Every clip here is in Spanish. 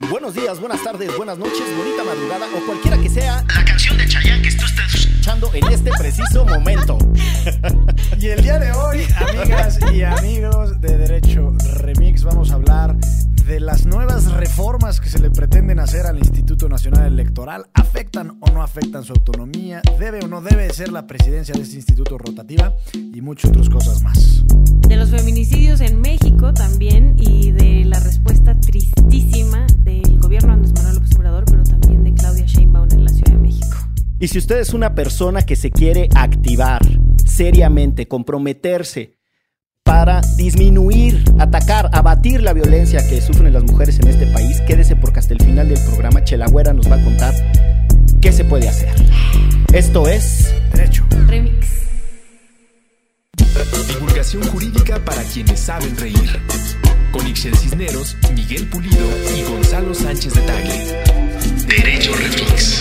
Buenos días, buenas tardes, buenas noches, bonita madrugada o cualquiera que sea la canción de Chayanne que tú estés escuchando en este preciso momento. Y el día de hoy, amigas y amigos de Derecho Remix, vamos a hablar de las nuevas reformas que se le pretenden hacer al Instituto Nacional Electoral. ¿Afectan o no afectan su autonomía? ¿Debe o no debe ser la presidencia de este instituto rotativa? Y muchas otras cosas más. De los feminicidios en México también y de la respuesta tristísima del gobierno Andrés Manuel López Obrador, pero también de Claudia Sheinbaum en la Ciudad de México. Y si usted es una persona que se quiere activar seriamente, comprometerse para disminuir, atacar, abatir la violencia que sufren las mujeres en este país, quédese porque hasta el final del programa Chela Güera nos va a contar qué se puede hacer. Esto es Derecho Remix. Divulgación jurídica para quienes saben reír. Con Ixchel Cisneros, Miguel Pulido y Gonzalo Sánchez de Tagle. Derecho Remix.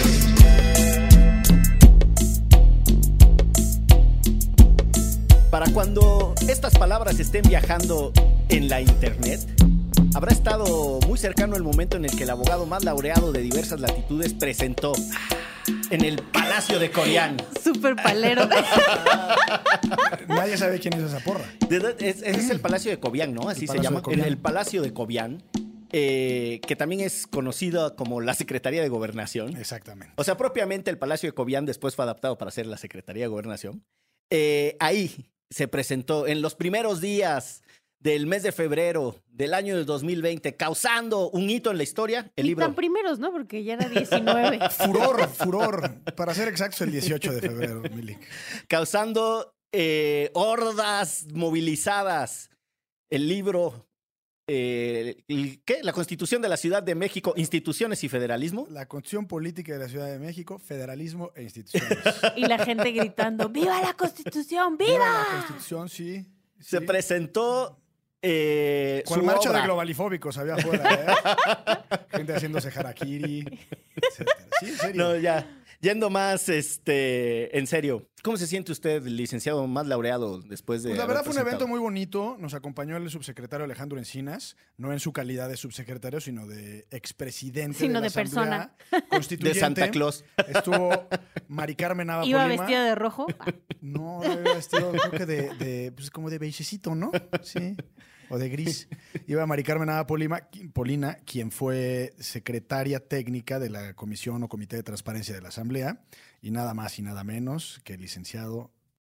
Para cuando estas palabras estén viajando en la internet, habrá estado muy cercano el momento en el que el abogado más laureado de diversas latitudes presentó en el Palacio de Cobián. Súper palero. Nadie sabe quién es esa porra. Es el Palacio de Cobián, ¿no? Así se llama. En el Palacio de Cobián, que también es conocido como la Secretaría de Gobernación. Exactamente. O sea, propiamente el Palacio de Cobián después fue adaptado para ser la Secretaría de Gobernación. Ahí se presentó en los primeros días del mes de febrero del año del 2020, causando un hito en la historia, el libro. Tan primeros, ¿no? Porque ya era 19. Furor. Para ser exactos, el 18 de febrero, Milik. Causando hordas movilizadas. El libro, ¿qué? La Constitución de la Ciudad de México, Instituciones y Federalismo. La Constitución Política de la Ciudad de México, Federalismo e Instituciones. Y la gente gritando, ¡viva la Constitución! ¡Viva! La Constitución, sí. Se presentó Con su marcha obra. de globalifóbicos había afuera, ¿eh? Gente haciéndose harakiri, etcétera. Sí, en serio. No, ya. Yendo más en serio. ¿Cómo se siente usted, licenciado más laureado, después de Pues la haber verdad fue un presentado? evento muy bonito. Nos acompañó el subsecretario Alejandro Encinas, no en su calidad de subsecretario, sino de expresidente Sino de la de persona. Asamblea Constituyente. De Santa Claus. Estuvo Mari Carmen Nava ¿Iba Polima. vestida de rojo? No, iba vestido creo que pues como de beigecito, ¿no? Sí. O de gris. Iba Mari Carmen Nava Polina, quien fue secretaria técnica de la Comisión o Comité de Transparencia de la Asamblea, y nada más y nada menos que el licenciado.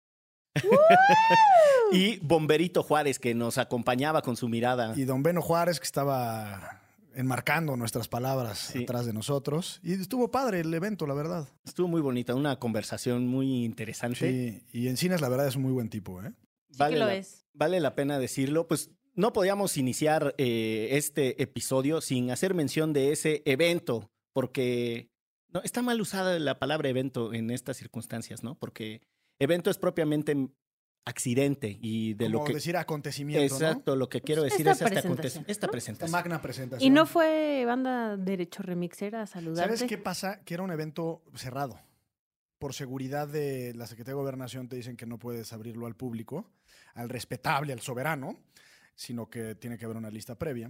Y Bomberito Juárez, que nos acompañaba con su mirada. Y don Beno Juárez, que estaba enmarcando nuestras palabras Sí. atrás de nosotros. Y estuvo padre el evento, la verdad. Estuvo muy bonita, una conversación muy interesante. Sí, y Encinas, la verdad, es un muy buen tipo, ¿eh? Sí que lo es. Vale la pena decirlo. Pues no podíamos iniciar este episodio sin hacer mención de ese evento, porque no, está mal usada la palabra evento en estas circunstancias, ¿no? Porque evento es propiamente accidente y de Como lo que... decir acontecimiento, Exacto, lo que quiero decir Esta es esta presentación, esta ¿no? ¿no? presentación. Esta magna presentación. ¿Y no fue banda Derecho Remixera a saludarte? ¿Sabes qué pasa? Que era un evento cerrado. Por seguridad de la Secretaría de Gobernación te dicen que no puedes abrirlo al público, al respetable, al soberano, sino que tiene que haber una lista previa.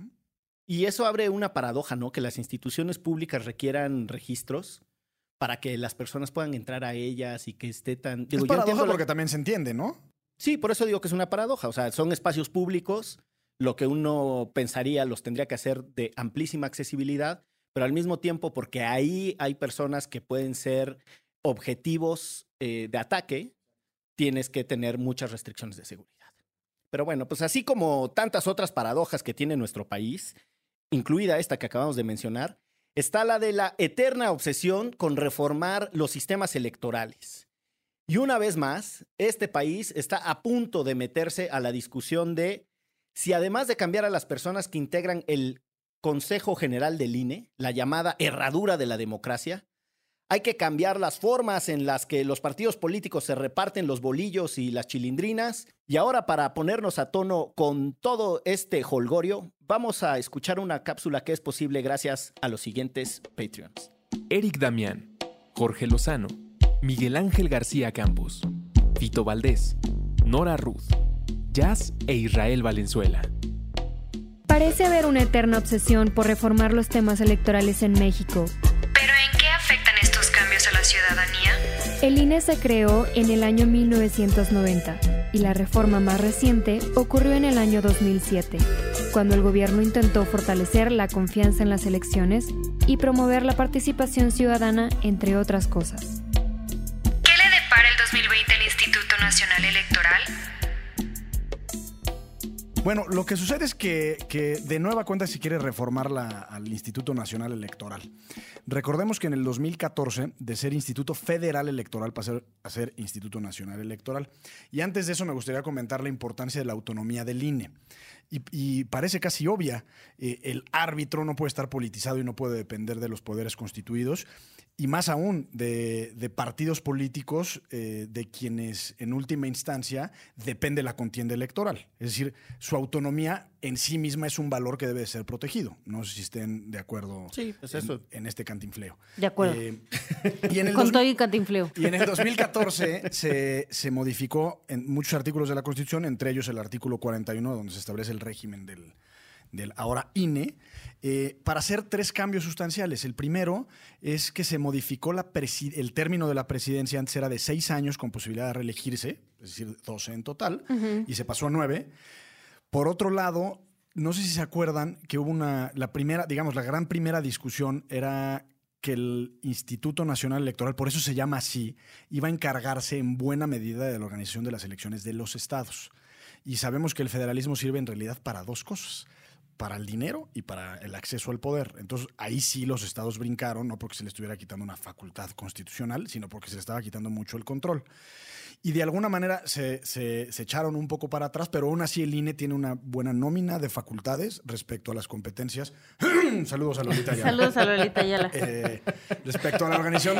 Y eso abre una paradoja, ¿no? Que las instituciones públicas requieran registros para que las personas puedan entrar a ellas y que esté tan... Digo, Es yo paradoja entiendo porque también se entiende, ¿no? Sí, por eso digo que es una paradoja. O sea, son espacios públicos, lo que uno pensaría los tendría que hacer de amplísima accesibilidad, pero al mismo tiempo porque ahí hay personas que pueden ser objetivos de ataque, tienes que tener muchas restricciones de seguridad. Pero bueno, pues así como tantas otras paradojas que tiene nuestro país, incluida esta que acabamos de mencionar, está la de la eterna obsesión con reformar los sistemas electorales. Y una vez más, este país está a punto de meterse a la discusión de si además de cambiar a las personas que integran el Consejo General del INE, la llamada herradura de la democracia, hay que cambiar las formas en las que los partidos políticos se reparten los bolillos y las chilindrinas. Y ahora, para ponernos a tono con todo este jolgorio, vamos a escuchar una cápsula que es posible gracias a los siguientes Patreons. Eric Damián, Jorge Lozano, Miguel Ángel García Campos, Fito Valdés, Nora Ruth, Jazz e Israel Valenzuela. Parece haber una eterna obsesión por reformar los temas electorales en México. ¿Pero en qué afectan estos cambios a la ciudadanía? El INE se creó en el año 1990 y la reforma más reciente ocurrió en el año 2007, cuando el gobierno intentó fortalecer la confianza en las elecciones y promover la participación ciudadana, entre otras cosas. ¿Qué le depara el 2020 al Instituto Nacional Electoral? Bueno, lo que sucede es que de nueva cuenta se quiere reformar al Instituto Nacional Electoral. Recordemos que en el 2014, de ser Instituto Federal Electoral, pasó a ser Instituto Nacional Electoral. Y antes de eso me gustaría comentar la importancia de la autonomía del INE. Y parece casi obvia, el árbitro no puede estar politizado y no puede depender de los poderes constituidos. Y más aún de partidos políticos de quienes en última instancia depende la contienda electoral. Es decir, su autonomía en sí misma es un valor que debe de ser protegido. No sé si estén de acuerdo en este cantinfleo. De acuerdo. Con todo y cantinfleo. Y en el 2014 se modificó en muchos artículos de la Constitución, entre ellos el artículo 41, donde se establece el régimen del ahora INE, para hacer 3 cambios sustanciales. El primero es que se modificó el término de la presidencia. Antes era de 6 años con posibilidad de reelegirse, es decir, 12 en total, y se pasó a 9. Por otro lado, no sé si se acuerdan que hubo la gran primera discusión era que el Instituto Nacional Electoral, por eso se llama así, iba a encargarse en buena medida de la organización de las elecciones de los estados. Y sabemos que el federalismo sirve en realidad para 2 cosas: para el dinero y para el acceso al poder. Entonces, ahí sí los estados brincaron, no porque se les estuviera quitando una facultad constitucional, sino porque se les estaba quitando mucho el control. Y de alguna manera se echaron un poco para atrás, pero aún así el INE tiene una buena nómina de facultades respecto a las competencias. Saludos a Lolita Ayala. Saludos a Lolita Ayala. Respecto a la organización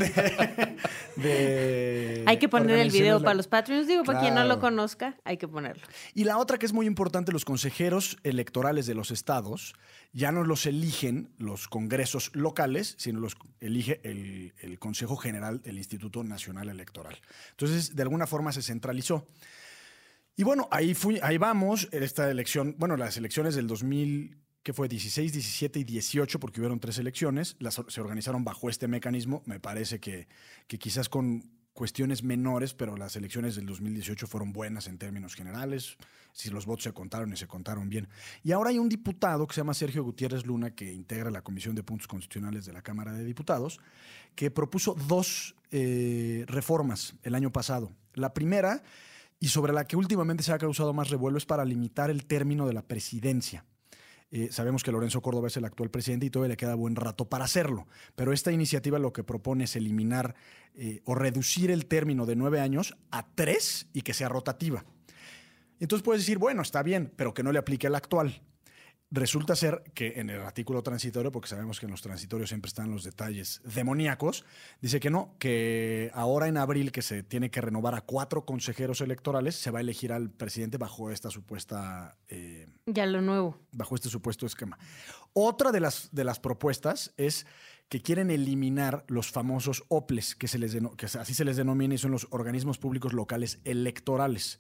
hay que poner el video para los Patreons. Digo, Claro. para quien no lo conozca, hay que ponerlo. Y la otra que es muy importante, los consejeros electorales de los estados ya no los eligen los congresos locales, sino los elige el Consejo General del Instituto Nacional Electoral. Entonces, de alguna forma se centralizó. Y bueno, ahí vamos. Esta elección, las elecciones del 2000, que fue 16, 17 y 18, porque hubieron 3 elecciones, se organizaron bajo este mecanismo. Me parece que quizás con cuestiones menores, pero las elecciones del 2018 fueron buenas en términos generales, si los votos se contaron y se contaron bien. Y ahora hay un diputado que se llama Sergio Gutiérrez Luna, que integra la Comisión de Puntos Constitucionales de la Cámara de Diputados, que propuso 2 reformas el año pasado. La primera, y sobre la que últimamente se ha causado más revuelo, es para limitar el término de la presidencia. Sabemos que Lorenzo Córdoba es el actual presidente y todavía le queda buen rato para hacerlo, pero esta iniciativa lo que propone es eliminar o reducir el término de 9 años a 3 y que sea rotativa. Entonces puedes decir, bueno, está bien, pero que no le aplique al actual. Resulta ser que en el artículo transitorio, porque sabemos que en los transitorios siempre están los detalles demoníacos, dice que no, que ahora en abril, que se tiene que renovar a 4 consejeros electorales, se va a elegir al presidente bajo esta supuesta... Ya lo nuevo. Bajo este supuesto esquema. Otra de las propuestas es que quieren eliminar los famosos OPLES, que así se les denomina, y son los organismos públicos locales electorales.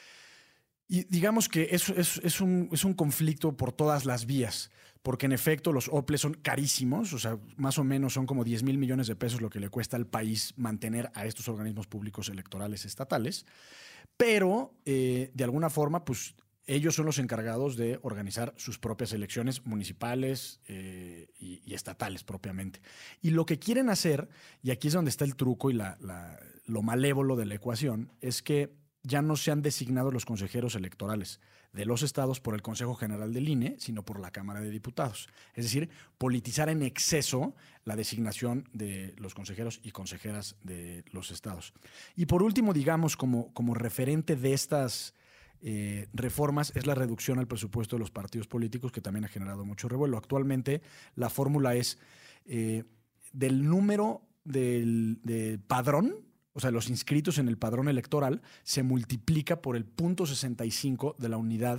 Y digamos que es un conflicto por todas las vías, porque en efecto los OPLES son carísimos, o sea, más o menos son como 10,000 millones de pesos lo que le cuesta al país mantener a estos organismos públicos electorales estatales, pero de alguna forma, pues ellos son los encargados de organizar sus propias elecciones municipales y estatales propiamente. Y lo que quieren hacer, y aquí es donde está el truco y lo malévolo de la ecuación, es que ya no se han designado los consejeros electorales de los estados por el Consejo General del INE, sino por la Cámara de Diputados. Es decir, politizar en exceso la designación de los consejeros y consejeras de los estados. Y por último, digamos, como referente de estas reformas, es la reducción al presupuesto de los partidos políticos, que también ha generado mucho revuelo. Actualmente, la fórmula es del número del padrón, o sea, los inscritos en el padrón electoral, se multiplica por el 0.65 de la unidad,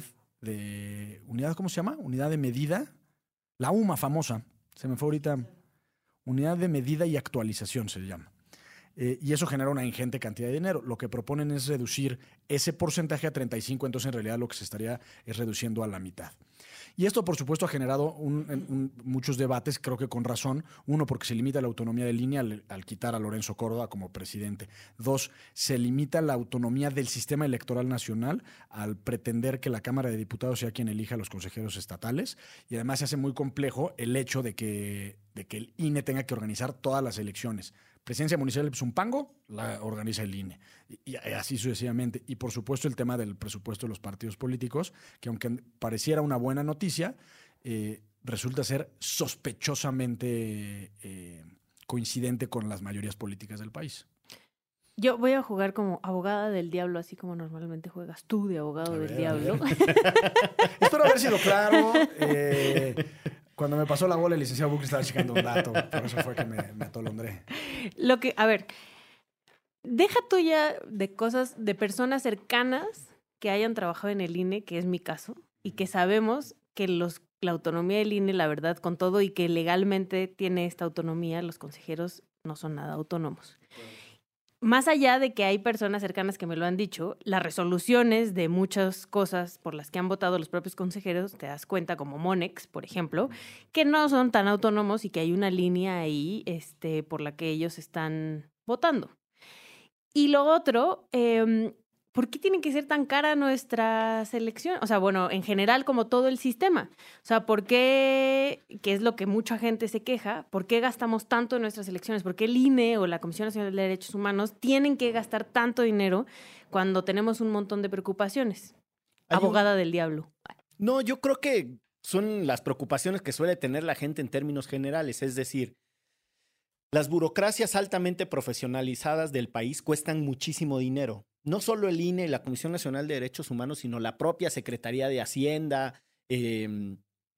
¿cómo se llama? Unidad de medida. La UMA famosa. Se me fue ahorita. Unidad de medida y actualización se llama. y eso genera una ingente cantidad de dinero. Lo que proponen es reducir ese porcentaje a 35%, entonces en realidad lo que se estaría es reduciendo a la mitad. Y esto, por supuesto, ha generado muchos debates, creo que con razón. Uno, porque se limita la autonomía de línea al quitar a Lorenzo Córdoba como presidente. Dos, se limita la autonomía del sistema electoral nacional al pretender que la Cámara de Diputados sea quien elija a los consejeros estatales. Y además se hace muy complejo el hecho de que el INE tenga que organizar todas las elecciones. Presidencia municipal de Zumpango la organiza el INE y así sucesivamente. Y por supuesto el tema del presupuesto de los partidos políticos, que aunque pareciera una buena noticia, resulta ser sospechosamente coincidente con las mayorías políticas del país. Yo voy a jugar como abogada del diablo, así como normalmente juegas tú de abogado del diablo. Espero haber sido claro. Cuando me pasó la bola, el licenciado Buckley estaba checando un dato. Por eso fue que me atolondré. A ver, deja tú ya de cosas, de personas cercanas que hayan trabajado en el INE, que es mi caso, y que sabemos que la autonomía del INE, la verdad, con todo, y que legalmente tiene esta autonomía, los consejeros no son nada autónomos. Más allá de que hay personas cercanas que me lo han dicho, las resoluciones de muchas cosas por las que han votado los propios consejeros, te das cuenta, como Monex, por ejemplo, que no son tan autónomos y que hay una línea ahí por la que ellos están votando. Y lo otro, ¿por qué tiene que ser tan cara nuestra selección? O sea, bueno, en general, como todo el sistema. O sea, ¿por qué, que es lo que mucha gente se queja, por qué gastamos tanto en nuestras elecciones? ¿Por qué el INE o la Comisión Nacional de Derechos Humanos tienen que gastar tanto dinero cuando tenemos un montón de preocupaciones? Abogada del diablo. No, yo creo que son las preocupaciones que suele tener la gente en términos generales. Es decir, las burocracias altamente profesionalizadas del país cuestan muchísimo dinero. No solo el INE y la Comisión Nacional de Derechos Humanos, sino la propia Secretaría de Hacienda, el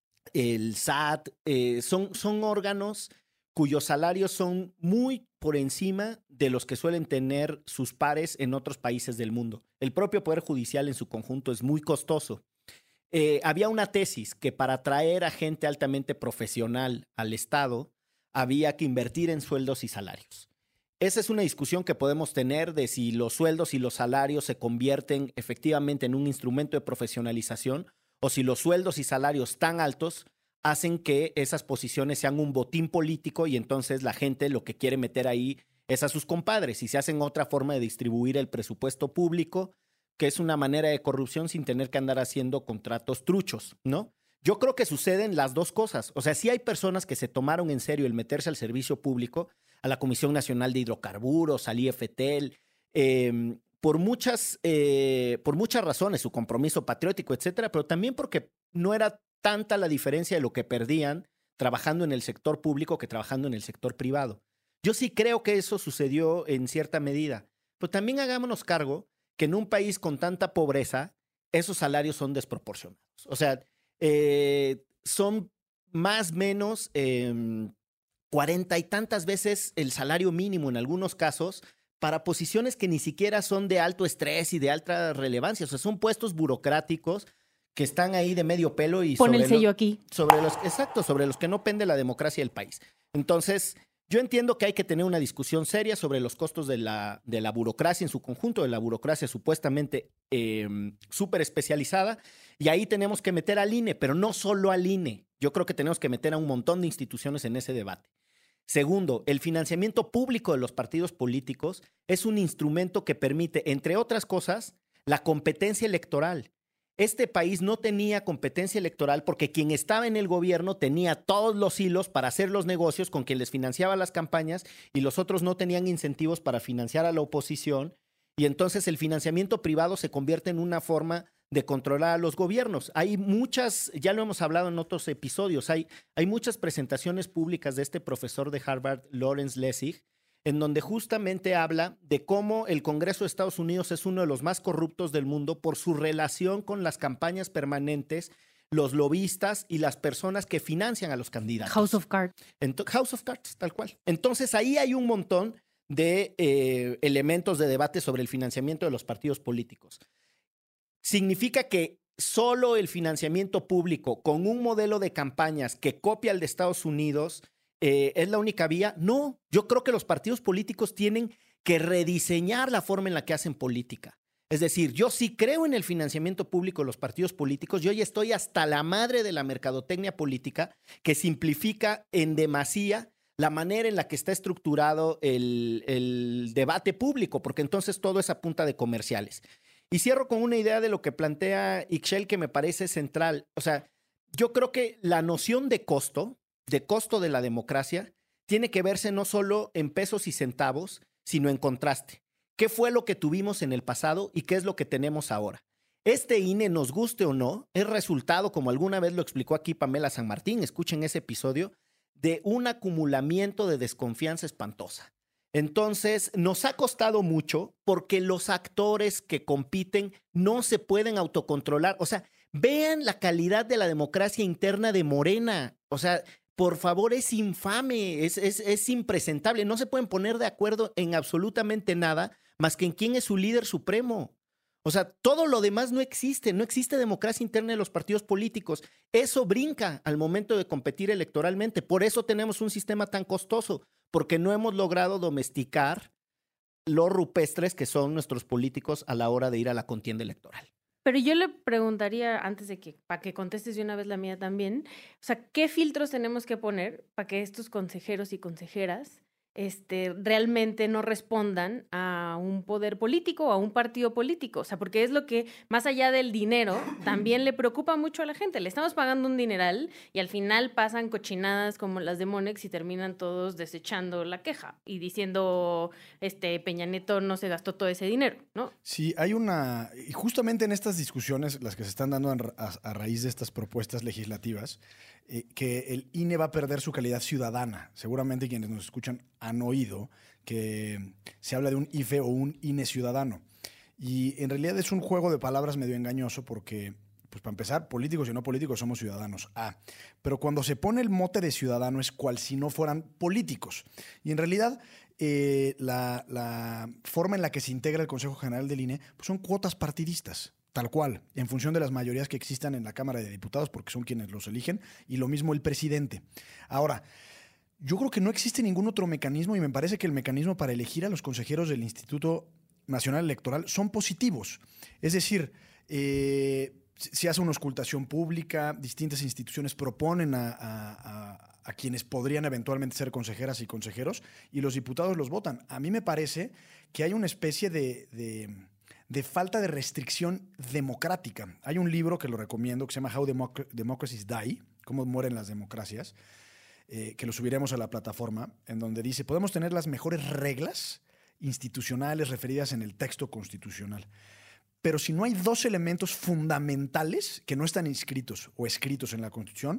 SAT, son órganos cuyos salarios son muy por encima de los que suelen tener sus pares en otros países del mundo. El propio Poder Judicial en su conjunto es muy costoso. Había una tesis que para atraer a gente altamente profesional al Estado había que invertir en sueldos y salarios. Esa es una discusión que podemos tener de si los sueldos y los salarios se convierten efectivamente en un instrumento de profesionalización o si los sueldos y salarios tan altos hacen que esas posiciones sean un botín político y entonces la gente lo que quiere meter ahí es a sus compadres y se hacen otra forma de distribuir el presupuesto público, que es una manera de corrupción sin tener que andar haciendo contratos truchos, ¿no? Yo creo que suceden las dos cosas. O sea, sí hay personas que se tomaron en serio el meterse al servicio público, a la Comisión Nacional de Hidrocarburos, al IFETEL, por muchas razones, su compromiso patriótico, etcétera, pero también porque no era tanta la diferencia de lo que perdían trabajando en el sector público que trabajando en el sector privado. Yo sí creo que eso sucedió en cierta medida, pero también hagámonos cargo que en un país con tanta pobreza, esos salarios son desproporcionados. O sea, son más o menos 40 y tantas veces el salario mínimo en algunos casos para posiciones que ni siquiera son de alto estrés y de alta relevancia. O sea, son puestos burocráticos que están ahí de medio pelo y pon el sello aquí. Sobre los que no pende la democracia del país. Entonces, yo entiendo que hay que tener una discusión seria sobre los costos de la burocracia en su conjunto, de la burocracia supuestamente súper especializada, y ahí tenemos que meter al INE, pero no solo al INE. Yo creo que tenemos que meter a un montón de instituciones en ese debate. Segundo, el financiamiento público de los partidos políticos es un instrumento que permite, entre otras cosas, la competencia electoral. Este país no tenía competencia electoral porque quien estaba en el gobierno tenía todos los hilos para hacer los negocios con quien les financiaba las campañas y los otros no tenían incentivos para financiar a la oposición. Y entonces el financiamiento privado se convierte en una forma de controlar a los gobiernos. Hay muchas, ya lo hemos hablado en otros episodios, hay muchas presentaciones públicas de este profesor de Harvard, Lawrence Lessig, en donde justamente habla de cómo el Congreso de Estados Unidos es uno de los más corruptos del mundo por su relación con las campañas permanentes, los lobistas y las personas que financian a los candidatos. House of Cards. House of Cards, tal cual. Entonces ahí hay un montón de elementos de debate sobre el financiamiento de los partidos políticos. Significa que solo el financiamiento público con un modelo de campañas que copia el de Estados Unidos es la única vía. No, yo creo que los partidos políticos tienen que rediseñar la forma en la que hacen política. Es decir, yo sí creo en el financiamiento público de los partidos políticos. Yo ya estoy hasta la madre de la mercadotecnia política que simplifica en demasía la manera en la que está estructurado el debate público, porque entonces todo es a punta de comerciales. Y cierro con una idea de lo que plantea Ixchel que me parece central. O sea, yo creo que la noción de costo de la democracia, tiene que verse no solo en pesos y centavos, sino en contraste. ¿Qué fue lo que tuvimos en el pasado y qué es lo que tenemos ahora? Este INE, nos guste o no, es resultado, como alguna vez lo explicó aquí Pamela San Martín, escuchen ese episodio, de un acumulamiento de desconfianza espantosa. Entonces, nos ha costado mucho porque los actores que compiten no se pueden autocontrolar. O sea, vean la calidad de la democracia interna de Morena. O sea, por favor, es infame, es impresentable. No se pueden poner de acuerdo en absolutamente nada más que en quién es su líder supremo. O sea, todo lo demás no existe democracia interna de los partidos políticos. Eso brinca al momento de competir electoralmente. Por eso tenemos un sistema tan costoso, porque no hemos logrado domesticar los rupestres que son nuestros políticos a la hora de ir a la contienda electoral. Pero yo le preguntaría, antes de que, para que contestes de una vez la mía también, o sea, ¿qué filtros tenemos que poner para que estos consejeros y consejeras realmente no respondan a un poder político o a un partido político? O sea, porque es lo que, más allá del dinero, también le preocupa mucho a la gente. Le estamos pagando un dineral y al final pasan cochinadas como las de Monex y terminan todos desechando la queja y diciendo, Peña Nieto no se gastó todo ese dinero, ¿no? Sí, y justamente en estas discusiones, las que se están dando a raíz de estas propuestas legislativas, que el INE va a perder su calidad ciudadana. Seguramente quienes nos escuchan han oído que se habla de un IFE o un INE ciudadano. Y en realidad es un juego de palabras medio engañoso porque, pues para empezar, políticos y no políticos somos ciudadanos. Pero cuando se pone el mote de ciudadano es cual si no fueran políticos. Y en realidad la forma en la que se integra el Consejo General del INE pues son cuotas partidistas. Tal cual, en función de las mayorías que existan en la Cámara de Diputados, porque son quienes los eligen, y lo mismo el presidente. Ahora, yo creo que no existe ningún otro mecanismo y me parece que el mecanismo para elegir a los consejeros del Instituto Nacional Electoral son positivos. Es decir, se hace una auscultación pública, distintas instituciones proponen a quienes podrían eventualmente ser consejeras y consejeros y los diputados los votan. A mí me parece que hay una especie de falta de restricción democrática. Hay un libro que lo recomiendo que se llama How Democracies Die, Cómo mueren las democracias, que lo subiremos a la plataforma, en donde dice, podemos tener las mejores reglas institucionales referidas en el texto constitucional, pero si no hay dos elementos fundamentales que no están inscritos o escritos en la Constitución,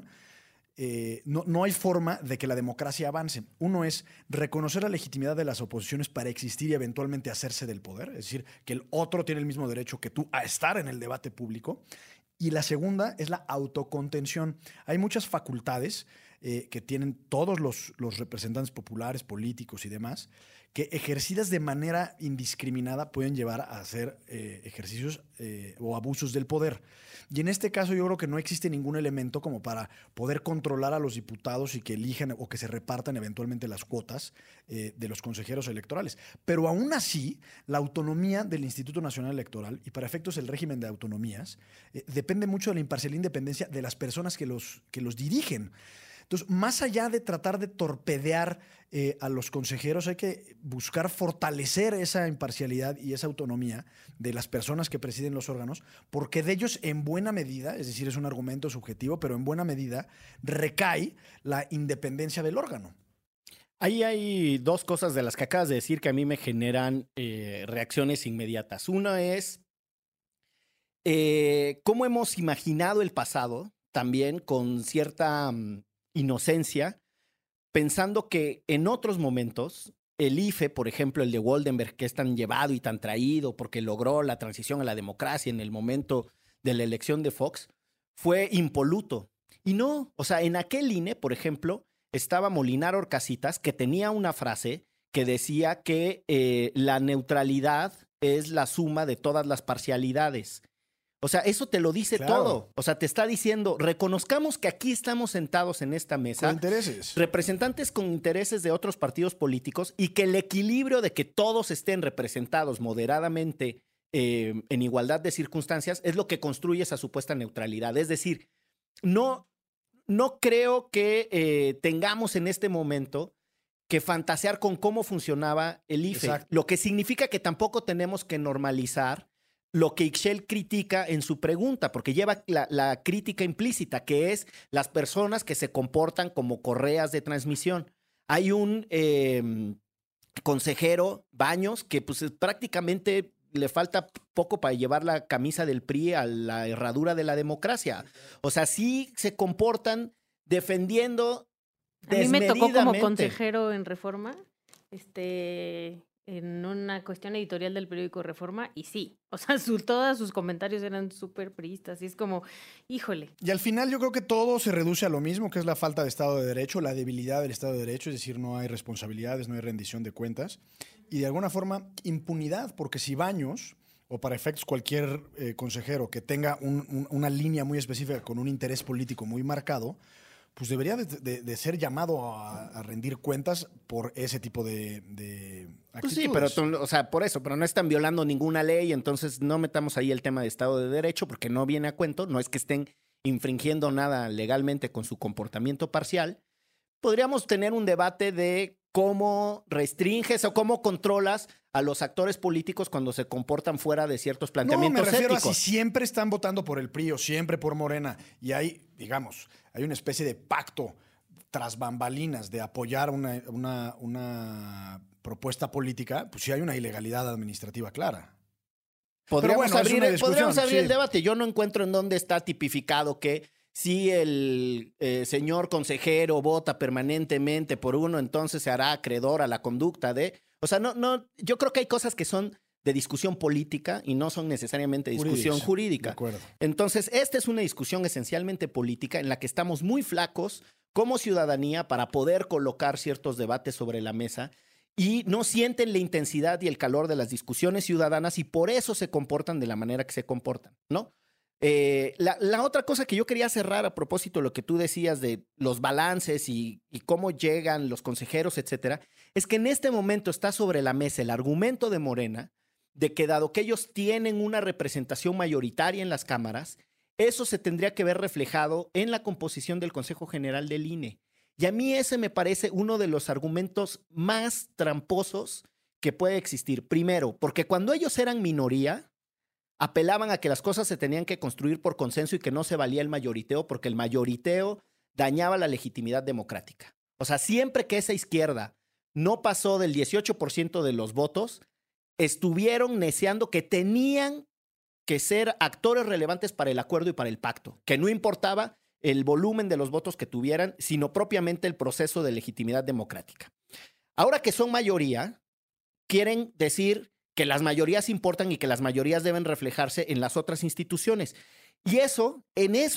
no hay forma de que la democracia avance. Uno es reconocer la legitimidad de las oposiciones para existir y eventualmente hacerse del poder, es decir, que el otro tiene el mismo derecho que tú a estar en el debate público. Y la segunda es la autocontención. Hay muchas facultades que tienen todos los representantes populares, políticos y demás, que ejercidas de manera indiscriminada pueden llevar a hacer ejercicios o abusos del poder. Y en este caso yo creo que no existe ningún elemento como para poder controlar a los diputados y que elijan o que se repartan eventualmente las cuotas de los consejeros electorales. Pero aún así, la autonomía del Instituto Nacional Electoral, y para efectos del régimen de autonomías, depende mucho de la imparcialidad e independencia de las personas que los dirigen. Entonces, más allá de tratar de torpedear a los consejeros, hay que buscar fortalecer esa imparcialidad y esa autonomía de las personas que presiden los órganos, porque de ellos en buena medida, es decir, es un argumento subjetivo, pero en buena medida recae la independencia del órgano. Ahí hay dos cosas de las que acabas de decir que a mí me generan reacciones inmediatas. Una es cómo hemos imaginado el pasado también con cierta inocencia, pensando que en otros momentos el IFE, por ejemplo, el de Woldenberg, que es tan llevado y tan traído porque logró la transición a la democracia en el momento de la elección de Fox, fue impoluto. Y no, o sea, en aquel INE, por ejemplo, estaba Molinar Orcasitas, que tenía una frase que decía que la neutralidad es la suma de todas las parcialidades. O sea, eso te lo dice Claro. todo. O sea, te está diciendo, reconozcamos que aquí estamos sentados en esta mesa. Con intereses. Representantes con intereses de otros partidos políticos y que el equilibrio de que todos estén representados moderadamente en igualdad de circunstancias es lo que construye esa supuesta neutralidad. Es decir, no creo que tengamos en este momento que fantasear con cómo funcionaba el IFE. Exacto. Lo que significa que tampoco tenemos que normalizar lo que Ixchel critica en su pregunta, porque lleva la crítica implícita, que es las personas que se comportan como correas de transmisión. Hay un consejero, Baños, que pues prácticamente le falta poco para llevar la camisa del PRI a la herradura de la democracia. O sea, sí se comportan defendiendo A mí me tocó como desmedidamente. consejero en Reforma, en una cuestión editorial del periódico Reforma, y sí, o sea, todos sus comentarios eran súper priistas, y es como, híjole. Y al final yo creo que todo se reduce a lo mismo, que es la falta de Estado de Derecho, la debilidad del Estado de Derecho, es decir, no hay responsabilidades, no hay rendición de cuentas, y de alguna forma impunidad, porque si Baños, o para efectos cualquier consejero que tenga una línea muy específica con un interés político muy marcado, pues debería de ser llamado a rendir cuentas por ese tipo de actitudes. Pues sí, pero o sea, por eso, pero no están violando ninguna ley, entonces no metamos ahí el tema de Estado de Derecho porque no viene a cuento, no es que estén infringiendo nada legalmente con su comportamiento parcial. Podríamos tener un debate de cómo restringes o cómo controlas a los actores políticos cuando se comportan fuera de ciertos planteamientos No, me refiero éticos. a si siempre están votando por el PRI o siempre por Morena y hay, digamos, hay una especie de pacto tras bambalinas de apoyar una propuesta política, pues sí hay una ilegalidad administrativa clara. Podríamos bueno, es una discusión, podríamos abrir sí. el debate. Yo no encuentro en dónde está tipificado que si el señor consejero vota permanentemente por uno, entonces se hará acreedor a la conducta de... O sea, no, yo creo que hay cosas que son de discusión política y no son necesariamente discusión De jurídica. acuerdo. Entonces, esta es una discusión esencialmente política en la que estamos muy flacos como ciudadanía para poder colocar ciertos debates sobre la mesa y no sienten la intensidad y el calor de las discusiones ciudadanas y por eso se comportan de la manera que se comportan, ¿no? La otra cosa que yo quería cerrar a propósito de lo que tú decías de los balances y cómo llegan los consejeros, etcétera, es que en este momento está sobre la mesa el argumento de Morena de que dado que ellos tienen una representación mayoritaria en las cámaras, eso se tendría que ver reflejado en la composición del Consejo General del INE. Y a mí ese me parece uno de los argumentos más tramposos que puede existir. Primero, porque cuando ellos eran minoría, apelaban a que las cosas se tenían que construir por consenso y que no se valía el mayoriteo porque el mayoriteo dañaba la legitimidad democrática. O sea, siempre que esa izquierda no pasó del 18% de los votos, estuvieron neciando que tenían que ser actores relevantes para el acuerdo y para el pacto, que no importaba el volumen de los votos que tuvieran, sino propiamente el proceso de legitimidad democrática. Ahora que son mayoría, quieren decir que las mayorías importan y que las mayorías deben reflejarse en las otras instituciones. Y eso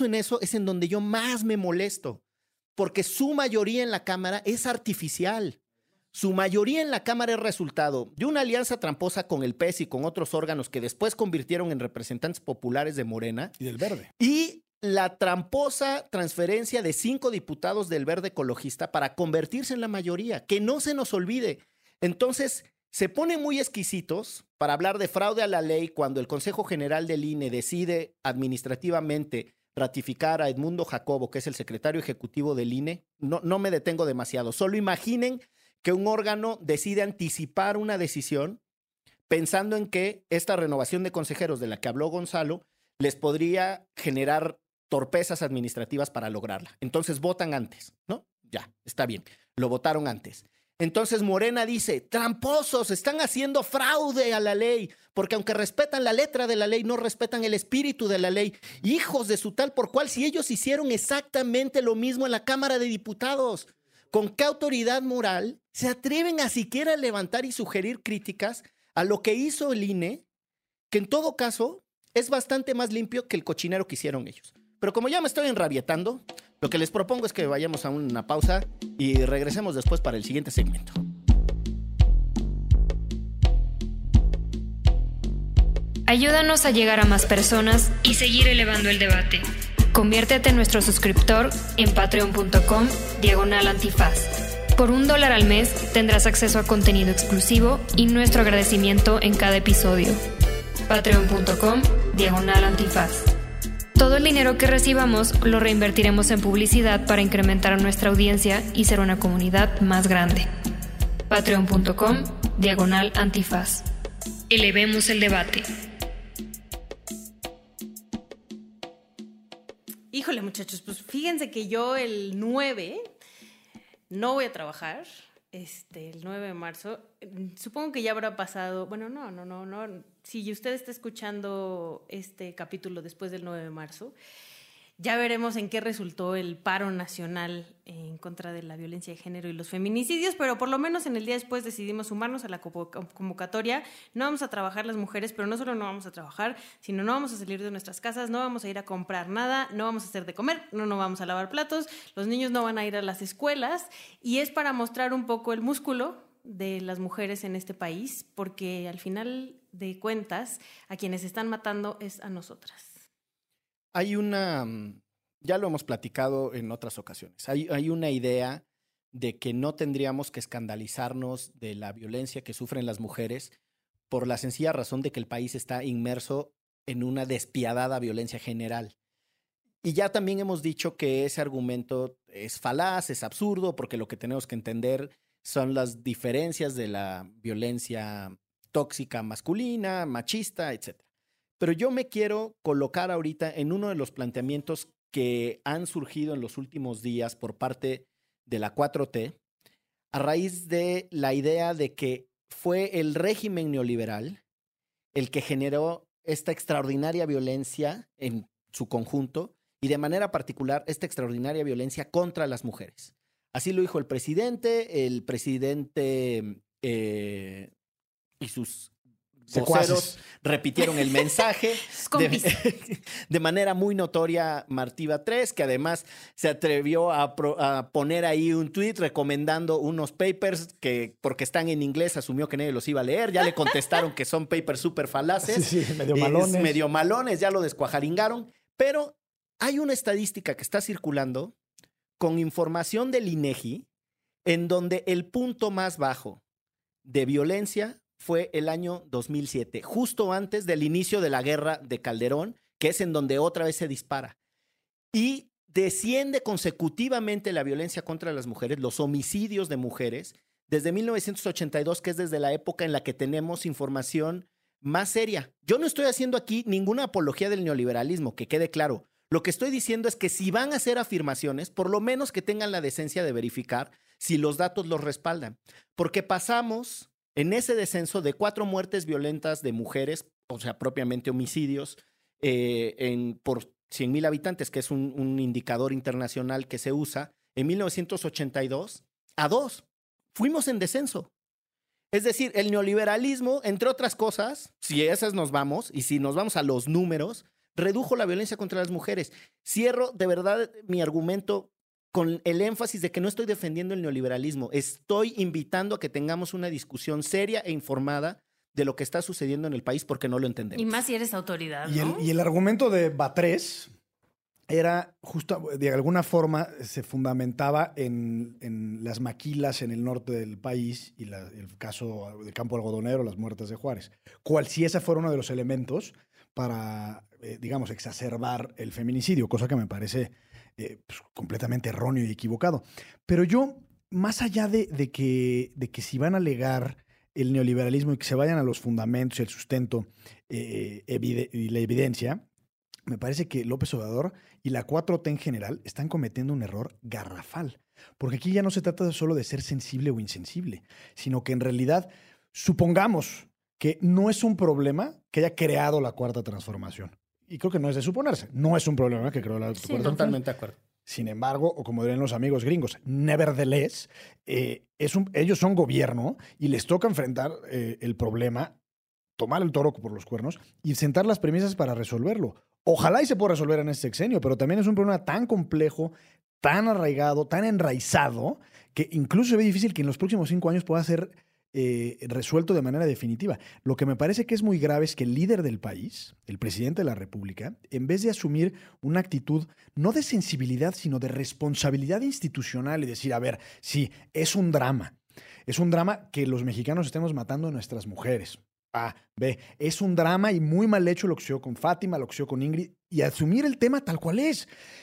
es en donde yo más me molesto, porque su mayoría en la Cámara es artificial. Su mayoría en la Cámara es resultado de una alianza tramposa con el PES y con otros órganos que después convirtieron en representantes populares de Morena. Y del Verde. Y la tramposa transferencia de 5 diputados del Verde Ecologista para convertirse en la mayoría. Que no se nos olvide. Entonces, se ponen muy exquisitos para hablar de fraude a la ley cuando el Consejo General del INE decide administrativamente ratificar a Edmundo Jacobo, que es el secretario ejecutivo del INE. No me detengo demasiado. Solo imaginen que un órgano decide anticipar una decisión pensando en que esta renovación de consejeros de la que habló Gonzalo les podría generar torpezas administrativas para lograrla. Entonces votan antes, ¿no? Ya, está bien. Lo votaron antes. Entonces Morena dice, tramposos, están haciendo fraude a la ley, porque aunque respetan la letra de la ley, no respetan el espíritu de la ley. Hijos de su tal por cual, si ellos hicieron exactamente lo mismo en la Cámara de Diputados, ¿con qué autoridad moral se atreven a siquiera levantar y sugerir críticas a lo que hizo el INE, que en todo caso es bastante más limpio que el cochinero que hicieron ellos? Pero como ya me estoy enrabietando, lo que les propongo es que vayamos a una pausa y regresemos después para el siguiente segmento. Ayúdanos a llegar a más personas y seguir elevando el debate. Conviértete en nuestro suscriptor en patreon.com/antifaz. Por $1 al mes tendrás acceso a contenido exclusivo y nuestro agradecimiento en cada episodio. Patreon.com/antifaz. Todo el dinero que recibamos lo reinvertiremos en publicidad para incrementar nuestra audiencia y ser una comunidad más grande. Patreon.com/antifaz. Elevemos el debate. Híjole, muchachos, pues fíjense que yo el 9 no voy a trabajar, el 9 de marzo. Supongo que ya habrá pasado, bueno, no. Si usted está escuchando este capítulo después del 9 de marzo, ya veremos en qué resultó el paro nacional en contra de la violencia de género y los feminicidios, pero por lo menos en el día después decidimos sumarnos a la convocatoria. No vamos a trabajar las mujeres, pero no solo no vamos a trabajar, sino no vamos a salir de nuestras casas, no vamos a ir a comprar nada, no vamos a hacer de comer, no vamos a lavar platos, los niños no van a ir a las escuelas, y es para mostrar un poco el músculo de las mujeres en este país, porque al final de cuentas a quienes están matando es a nosotras. Hay ya lo hemos platicado en otras ocasiones, hay una idea de que no tendríamos que escandalizarnos de la violencia que sufren las mujeres por la sencilla razón de que el país está inmerso en una despiadada violencia general. Y ya también hemos dicho que ese argumento es falaz, es absurdo, porque lo que tenemos que entender son las diferencias de la violencia tóxica masculina, machista, etc. Pero yo me quiero colocar ahorita en uno de los planteamientos que han surgido en los últimos días por parte de la 4T, a raíz de la idea de que fue el régimen neoliberal el que generó esta extraordinaria violencia en su conjunto y de manera particular esta extraordinaria violencia contra las mujeres. Así lo dijo el presidente y sus voceros repitieron el mensaje de manera muy notoria. Martí Batres, que además se atrevió a poner ahí un tweet recomendando unos papers que, porque están en inglés, asumió que nadie los iba a leer. Ya le contestaron que son papers súper falaces. Sí, medio malones. Ya lo descuajaringaron. Pero hay una estadística que está circulando con información del INEGI en donde el punto más bajo de violencia fue el año 2007, justo antes del inicio de la guerra de Calderón, que es en donde otra vez se dispara. Y desciende consecutivamente la violencia contra las mujeres, los homicidios de mujeres, desde 1982, que es desde la época en la que tenemos información más seria. Yo no estoy haciendo aquí ninguna apología del neoliberalismo, que quede claro. Lo que estoy diciendo es que si van a hacer afirmaciones, por lo menos que tengan la decencia de verificar si los datos los respaldan. Porque pasamos en ese descenso de 4 muertes violentas de mujeres, o sea, propiamente homicidios, por 100,000 habitantes, que es un indicador internacional que se usa, en 1982, a 2. Fuimos en descenso. Es decir, el neoliberalismo, entre otras cosas, si a esas nos vamos, y si nos vamos a los números, redujo la violencia contra las mujeres. Cierro de verdad mi argumento con el énfasis de que no estoy defendiendo el neoliberalismo. Estoy invitando a que tengamos una discusión seria e informada de lo que está sucediendo en el país porque no lo entendemos. Y más si eres autoridad, ¿no? Y el argumento de Batres era justo, de alguna forma, se fundamentaba en las maquilas en el norte del país y el caso del campo algodonero, las muertes de Juárez. Cual si ese fuera uno de los elementos para, digamos, exacerbar el feminicidio, cosa que me parece pues, completamente erróneo y equivocado. Pero yo, más allá de que si van a alegar el neoliberalismo y que se vayan a los fundamentos y el sustento y la evidencia, me parece que López Obrador y la 4T en general están cometiendo un error garrafal. Porque aquí ya no se trata solo de ser sensible o insensible, sino que en realidad supongamos que no es un problema que haya creado la Cuarta Transformación. Y creo que no es de suponerse. No es un problema que creó la Cuarta Transformación. Totalmente de acuerdo. Sin embargo, o como dirían los amigos gringos, nevertheless, ellos son gobierno y les toca enfrentar el problema, tomar el toro por los cuernos y sentar las premisas para resolverlo. Ojalá y se pueda resolver en este sexenio, pero también es un problema tan complejo, tan arraigado, tan enraizado, que incluso se ve difícil que en los próximos 5 años pueda ser resuelto de manera definitiva. Lo que me parece que es muy grave es que el líder del país, el presidente de la República, en vez de asumir una actitud no de sensibilidad, sino de responsabilidad institucional y decir, a ver, sí, es un drama. Es un drama que los mexicanos estemos matando a nuestras mujeres. A, B, es un drama y muy mal hecho lo que sucedió con Fátima, lo que sucedió con Ingrid, y asumir el tema tal cual es.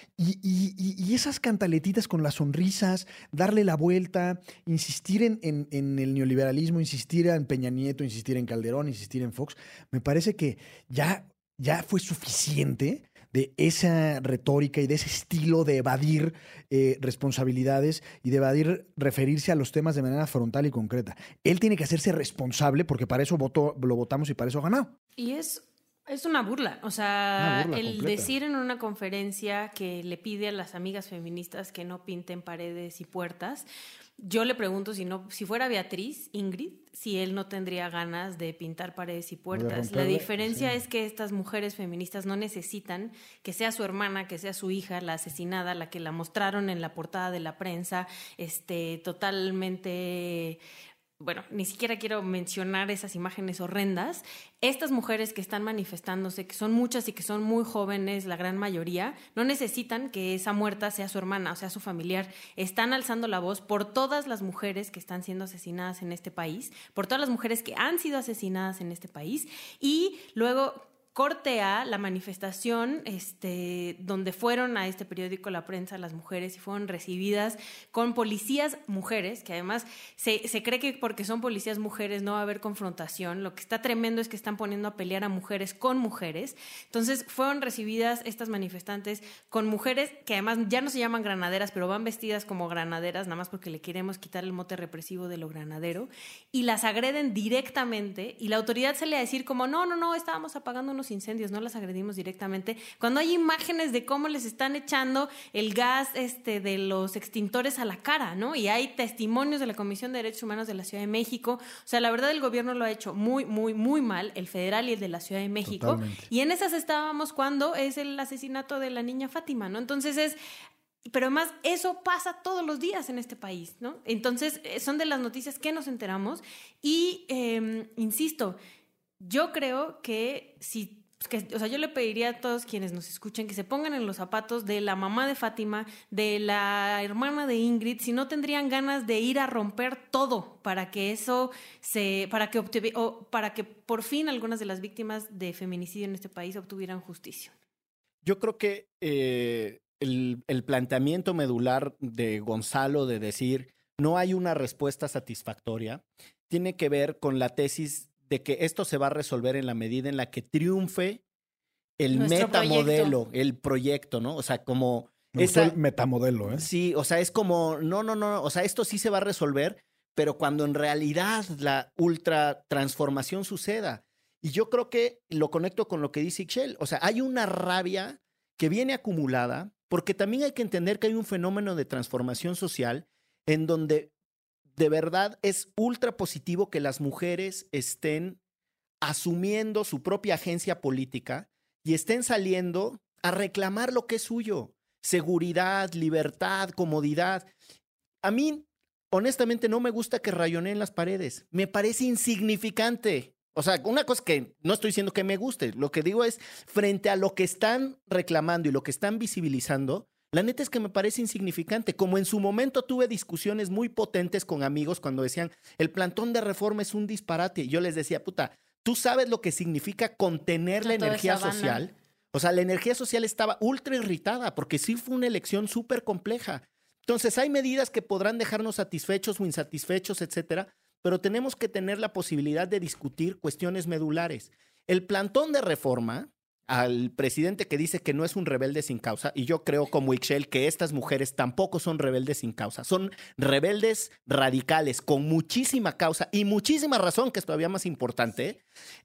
Y esas cantaletitas con las sonrisas, darle la vuelta, insistir en el neoliberalismo, insistir en Peña Nieto, insistir en Calderón, insistir en Fox, me parece que ya fue suficiente de esa retórica y de ese estilo de evadir responsabilidades y de evadir referirse a los temas de manera frontal y concreta. Él tiene que hacerse responsable porque para eso lo votamos y para eso ganó. Y es una burla. O sea, Una burla el completa. decir en una conferencia que le pide a las amigas feministas que no pinten paredes y puertas. Yo le pregunto si fuera Beatriz, Ingrid, si él no tendría ganas de pintar paredes y puertas. La diferencia es que estas mujeres feministas no necesitan que sea su hermana, que sea su hija, la asesinada, la que la mostraron en la portada de la prensa, totalmente... Bueno, ni siquiera quiero mencionar esas imágenes horrendas. Estas mujeres que están manifestándose, que son muchas y que son muy jóvenes, la gran mayoría, no necesitan que esa muerta sea su hermana o sea su familiar. Están alzando la voz por todas las mujeres que están siendo asesinadas en este país, por todas las mujeres que han sido asesinadas en este país. Y luego... corte a la manifestación donde fueron a este periódico La Prensa las mujeres y fueron recibidas con policías mujeres, que además se cree que porque son policías mujeres no va a haber confrontación. Lo que está tremendo es que están poniendo a pelear a mujeres con mujeres. Entonces fueron recibidas estas manifestantes con mujeres que además ya no se llaman granaderas, pero van vestidas como granaderas, nada más porque le queremos quitar el mote represivo de lo granadero, y las agreden directamente, y la autoridad sale a decir como no, estábamos apagando unos incendios, no las agredimos directamente, cuando hay imágenes de cómo les están echando el gas de los extintores a la cara, ¿no? Y hay testimonios de la Comisión de Derechos Humanos de la Ciudad de México. O sea, la verdad el gobierno lo ha hecho muy, muy, muy mal, el federal y el de la Ciudad de México. Totalmente. Y en esas estábamos cuando es el asesinato de la niña Fátima, ¿no? Entonces pero además eso pasa todos los días en este país, ¿no? Entonces son de las noticias que nos enteramos y insisto, yo creo que yo le pediría a todos quienes nos escuchen que se pongan en los zapatos de la mamá de Fátima, de la hermana de Ingrid, si no tendrían ganas de ir a romper todo para que para que por fin algunas de las víctimas de feminicidio en este país obtuvieran justicia. Yo creo que el planteamiento medular de Gonzalo de decir no hay una respuesta satisfactoria tiene que ver con la tesis de que esto se va a resolver en la medida en la que triunfe el Nuestro metamodelo, el proyecto, ¿no? O sea, como... Me gustó el metamodelo, ¿eh? Sí, o sea, es como, no, o sea, esto sí se va a resolver, pero cuando en realidad la ultra transformación suceda. Y yo creo que lo conecto con lo que dice Ixchel. O sea, hay una rabia que viene acumulada, porque también hay que entender que hay un fenómeno de transformación social en donde de verdad es ultra positivo que las mujeres estén asumiendo su propia agencia política y estén saliendo a reclamar lo que es suyo. Seguridad, libertad, comodidad. A mí, honestamente, no me gusta que rayoneen las paredes. Me parece insignificante. O sea, una cosa que no estoy diciendo que me guste. Lo que digo es, frente a lo que están reclamando y lo que están visibilizando, la neta es que me parece insignificante. Como en su momento tuve discusiones muy potentes con amigos cuando decían, el plantón de reforma es un disparate. Y yo les decía, puta, ¿tú sabes lo que significa contener la energía social? O sea, la energía social estaba ultra irritada porque sí fue una elección súper compleja. Entonces, hay medidas que podrán dejarnos satisfechos o insatisfechos, etcétera, pero tenemos que tener la posibilidad de discutir cuestiones medulares. El plantón de reforma, al presidente que dice que no es un rebelde sin causa, y yo creo como Ixchel que estas mujeres tampoco son rebeldes sin causa, son rebeldes radicales con muchísima causa y muchísima razón, que es todavía más importante.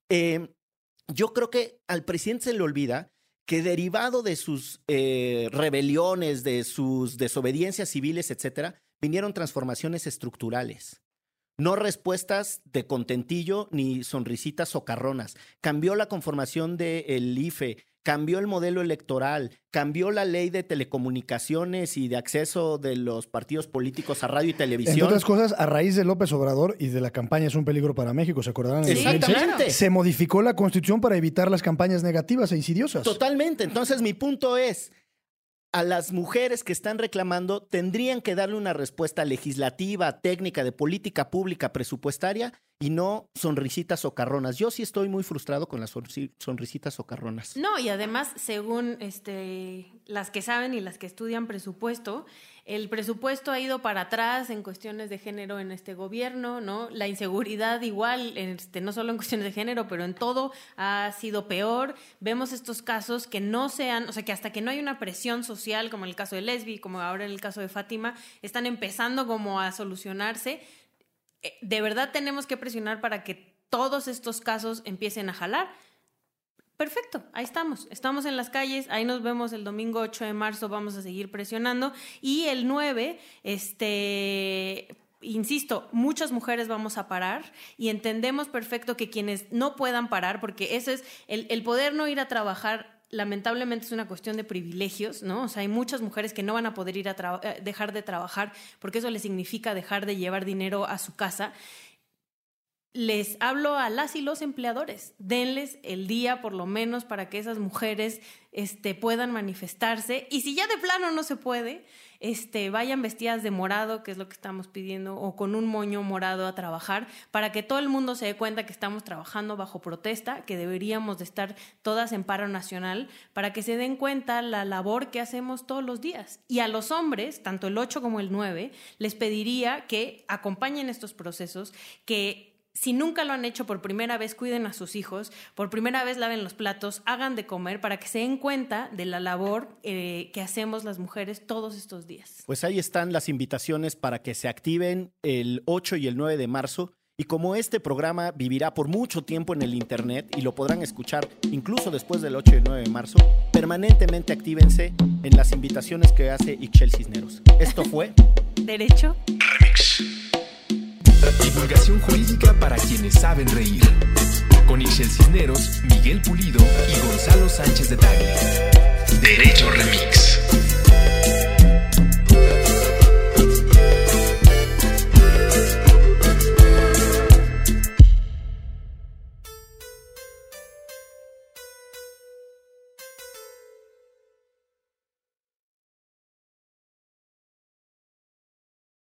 Yo creo que al presidente se le olvida que derivado de sus rebeliones, de sus desobediencias civiles, etcétera, vinieron transformaciones estructurales. No respuestas de contentillo ni sonrisitas socarronas. Cambió la conformación del IFE, cambió el modelo electoral, cambió la ley de telecomunicaciones y de acceso de los partidos políticos a radio y televisión. Entre otras cosas, a raíz de López Obrador y de la campaña Es un peligro para México, ¿se acordarán? En el 2006, Exactamente. se modificó la Constitución para evitar las campañas negativas e insidiosas. Totalmente. Entonces, mi punto es, a las mujeres que están reclamando tendrían que darle una respuesta legislativa, técnica, de política pública, presupuestaria y no sonrisitas socarronas. Yo sí estoy muy frustrado con las sonrisitas socarronas. No, y además, según las que saben y las que estudian presupuesto, el presupuesto ha ido para atrás en cuestiones de género en este gobierno, ¿no? La inseguridad igual, no solo en cuestiones de género, pero en todo ha sido peor. Vemos estos casos que no sean, o sea, que hasta que no hay una presión social, como en el caso de Lesbi, como ahora en el caso de Fátima, están empezando como a solucionarse. De verdad tenemos que presionar para que todos estos casos empiecen a jalar. Perfecto, ahí estamos en las calles, ahí nos vemos el domingo 8 de marzo, vamos a seguir presionando. Y el 9, insisto, muchas mujeres vamos a parar y entendemos perfecto que quienes no puedan parar, porque ese es el poder no ir a trabajar, lamentablemente es una cuestión de privilegios, ¿no? O sea, hay muchas mujeres que no van a poder ir a dejar de trabajar porque eso les significa dejar de llevar dinero a su casa. Les hablo a las y los empleadores, denles el día por lo menos para que esas mujeres puedan manifestarse, y si ya de plano no se puede, vayan vestidas de morado, que es lo que estamos pidiendo, o con un moño morado a trabajar, para que todo el mundo se dé cuenta que estamos trabajando bajo protesta, que deberíamos de estar todas en paro nacional, para que se den cuenta la labor que hacemos todos los días. Y a los hombres, tanto el 8 como el 9, les pediría que acompañen estos procesos, que si nunca lo han hecho, por primera vez cuiden a sus hijos, por primera vez laven los platos, hagan de comer, para que se den cuenta de la labor que hacemos las mujeres todos estos días. Pues ahí están las invitaciones para que se activen el 8 y el 9 de marzo. Y como este programa vivirá por mucho tiempo en el internet y lo podrán escuchar incluso después del 8 y el 9 de marzo, permanentemente actívense en las invitaciones que hace Ixchel Cisneros. Esto fue Derecho Remix. Divulgación jurídica para quienes saben reír. Con Ixchel Cisneros, Miguel Pulido y Gonzalo Sánchez de Tagle. Derecho Remix.